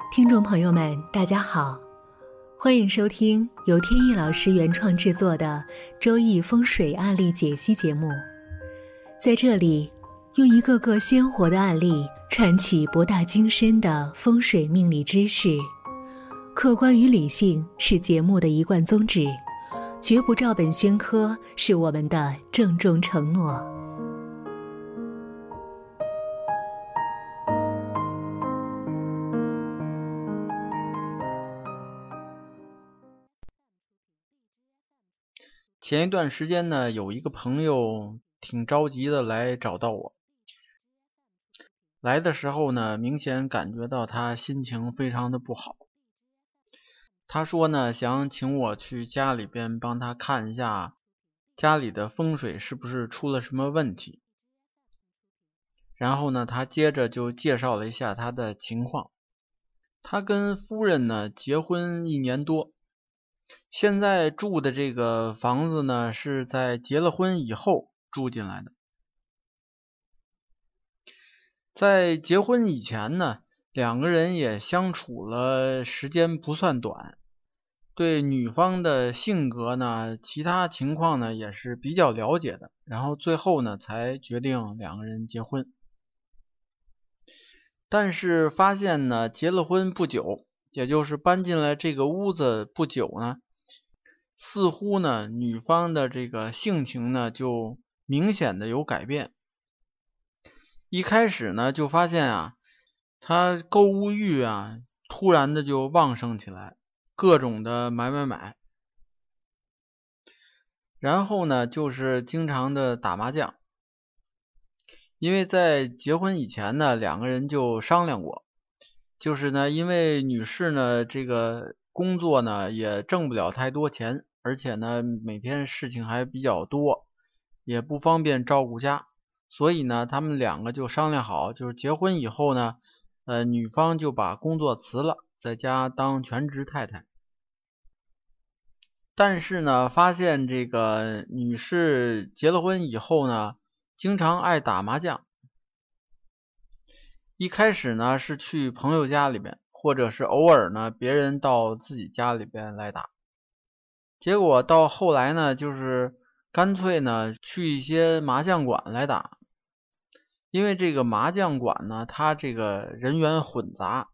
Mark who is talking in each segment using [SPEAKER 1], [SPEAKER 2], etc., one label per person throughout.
[SPEAKER 1] 听众朋友们，大家好，欢迎收听由天意老师原创制作的周易风水案例解析节目。在这里，用一个个鲜活的案例串起博大精深的风水命理知识。客观与理性是节目的一贯宗旨，绝不照本宣科是我们的郑重承诺。
[SPEAKER 2] 前一段时间呢，有一个朋友挺着急的来找到我。来的时候呢，明显感觉到他心情非常的不好。他说呢，想请我去家里边帮他看一下家里的风水是不是出了什么问题。然后呢，他接着就介绍了一下他的情况。他跟夫人呢结婚1年多。现在住的这个房子呢，是在结了婚以后住进来的。在结婚以前呢，两个人也相处了时间不算短，对女方的性格呢，其他情况呢也是比较了解的，然后最后呢才决定两个人结婚。但是发现呢，结了婚不久，也就是搬进来这个屋子不久呢，似乎呢，女方的这个性情呢，就明显的有改变。一开始呢，就发现啊，她购物欲啊，突然的就旺盛起来，各种的买。然后呢，就是经常的打麻将。因为在结婚以前呢，两个人就商量过，就是呢，因为女士呢，这个工作呢，也挣不了太多钱。而且呢，每天事情还比较多，也不方便照顾家，所以呢，他们两个就商量好，就是结婚以后呢，女方就把工作辞了，在家当全职太太。但是呢，发现这个女士结了婚以后呢，经常爱打麻将。一开始呢，是去朋友家里边，或者是偶尔呢，别人到自己家里边来打。结果到后来呢，就是干脆呢去一些麻将馆来打。因为这个麻将馆呢，它这个人员混杂，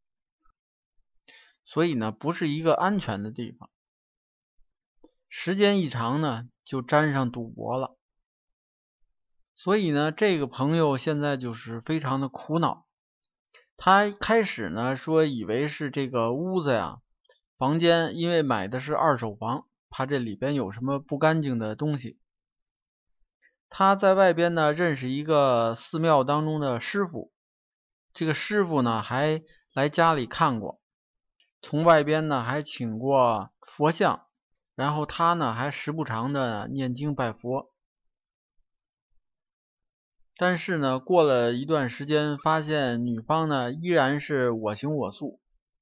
[SPEAKER 2] 所以呢不是一个安全的地方。时间一长呢，就沾上赌博了。所以呢，这个朋友现在就是非常的苦恼。他开始呢说以为是这个屋子呀，房间，因为买的是2手房，怕这里边有什么不干净的东西。他在外边呢认识一个寺庙当中的师傅，这个师傅呢还来家里看过，从外边呢还请过佛像，然后他呢还时不常的念经拜佛。但是呢，过了一段时间，发现女方呢依然是我行我素。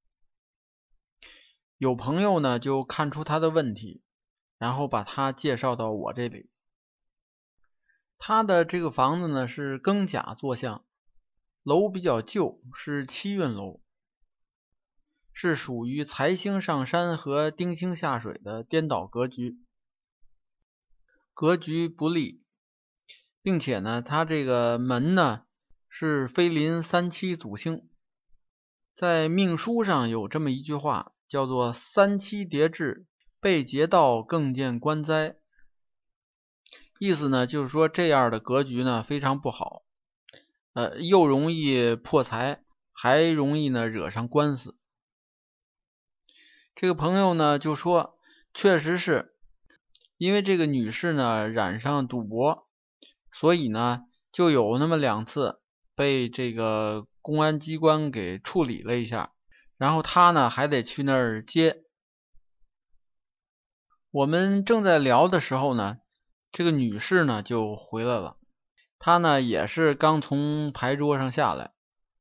[SPEAKER 2] 有朋友呢就看出他的问题，然后把他介绍到我这里。他的这个房子呢是庚甲坐向，楼比较旧，是7运楼，是属于财星上山和丁星下水的颠倒格局，格局不利。并且呢，他这个门呢是飞临3七祖星。在命书上有这么一句话，叫做3七叠至，被劫道更见官灾。意思呢就是说这样的格局呢非常不好，又容易破财，还容易呢惹上官司。这个朋友呢就说，确实是因为这个女士呢染上赌博，所以呢就有那么2次被这个公安机关给处理了一下，然后他呢还得去那儿接。我们正在聊的时候呢，这个女士呢就回来了。她呢也是刚从牌桌上下来。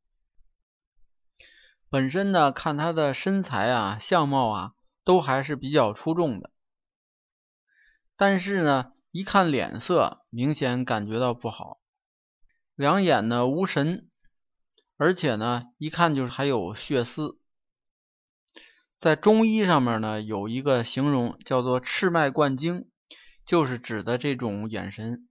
[SPEAKER 2] 本身呢看她的身材啊相貌啊都还是比较出众的，但是呢一看脸色明显感觉到不好，两眼呢无神， 而且呢一看就是还有血丝。在中医上面呢有一个形容叫做赤脉贯经，就是指的这种眼神。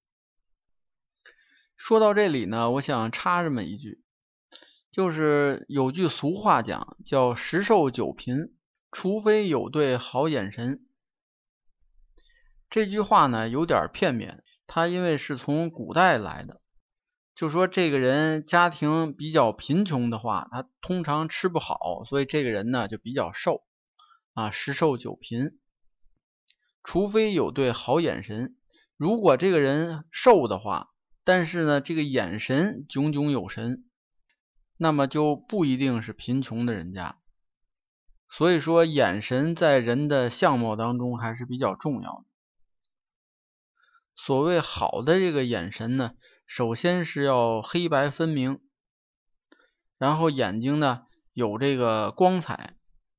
[SPEAKER 2] 说到这里呢，我想插这么一句，就是有句俗话讲叫十寿九贫，除非有对好眼神。这句话呢有点片面，它因为是从古代来的，就说这个人家庭比较贫穷的话，他通常吃不好，所以这个人呢就比较瘦啊，十寿九贫，除非有对好眼神。如果这个人瘦的话，但是呢这个眼神炯炯有神，那么就不一定是贫穷的人家。所以说眼神在人的相貌当中还是比较重要的。所谓好的这个眼神呢，首先是要黑白分明，然后眼睛呢有这个光彩，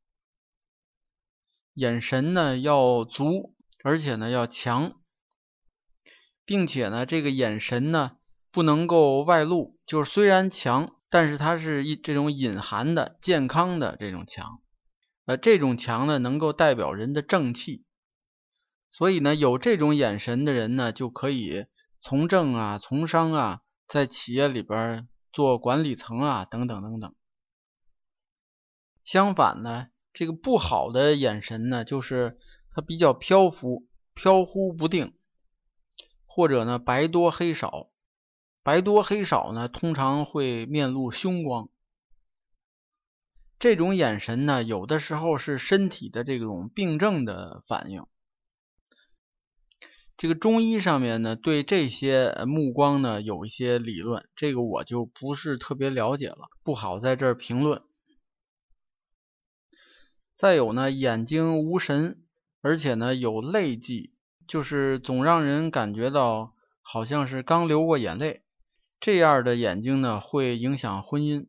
[SPEAKER 2] 眼神呢要足，而且呢要强，并且呢这个眼神呢不能够外露，就是虽然强，但是它是这种隐含的健康的这种强，这种强呢能够代表人的正气。所以呢有这种眼神的人呢就可以从政啊，从商啊，在企业里边做管理层啊，等等等等。相反呢这个不好的眼神呢，就是它比较漂浮，飘忽不定，或者呢白多黑少。白多黑少呢通常会面露凶光。这种眼神呢有的时候是身体的这种病症的反应。这个中医上面呢对这些目光呢有一些理论，这个我就不是特别了解了，不好在这儿评论。再有呢眼睛无神，而且呢有泪迹，就是总让人感觉到好像是刚流过眼泪，这样的眼睛呢会影响婚姻。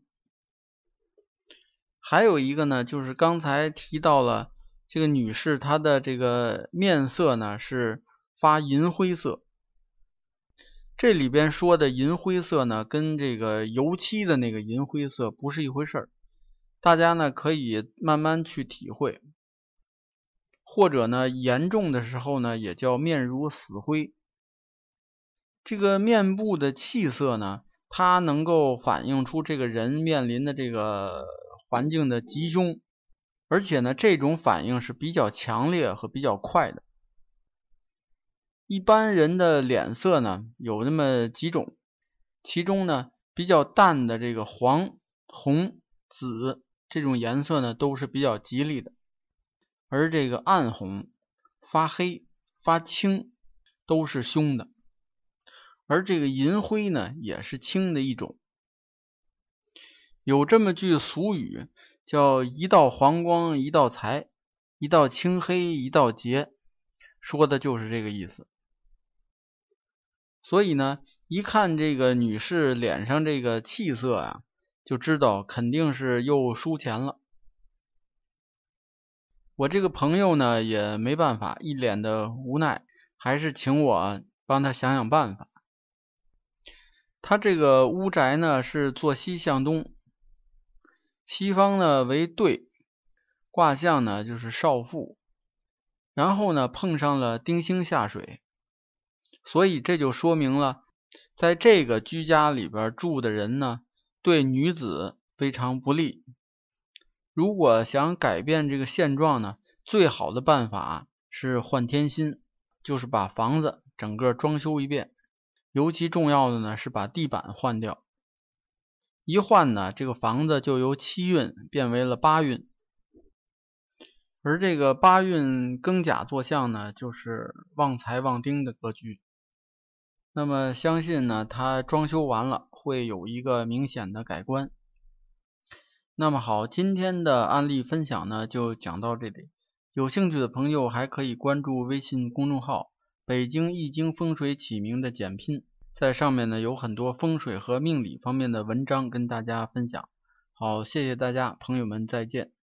[SPEAKER 2] 还有一个呢就是刚才提到了这个女士她的这个面色呢是发银灰色，这里边说的银灰色呢跟这个油漆的那个银灰色不是一回事儿，大家呢可以慢慢去体会，或者呢严重的时候呢也叫面如死灰。这个面部的气色呢，它能够反映出这个人面临的这个环境的吉凶，而且呢这种反应是比较强烈和比较快的。一般人的脸色呢有那么几种，其中呢比较淡的这个黄、红、紫这种颜色呢都是比较吉利的，而这个暗红、发黑、发青都是凶的，而这个银灰呢也是青的一种。有这么句俗语叫一道黄光一道财，一道青黑一道劫，说的就是这个意思。所以呢一看这个女士脸上这个气色啊，就知道肯定是又输钱了。我这个朋友呢也没办法，一脸的无奈，还是请我帮他想想办法。他这个屋宅呢是坐西向东，西方呢为兑，卦象呢就是少妇，然后呢碰上了丁星下水，所以这就说明了在这个居家里边住的人呢对女子非常不利。如果想改变这个现状呢，最好的办法是换天新，就是把房子整个装修一遍，尤其重要的呢是把地板换掉。一换呢这个房子就由7运变为了8运，而这个8运庚甲坐向呢就是旺财旺丁的格局。那么相信呢它装修完了会有一个明显的改观。那么好，今天的案例分享呢就讲到这里，有兴趣的朋友还可以关注微信公众号北京易经风水起名的简拼，在上面呢有很多风水和命理方面的文章跟大家分享。好，谢谢大家，朋友们再见。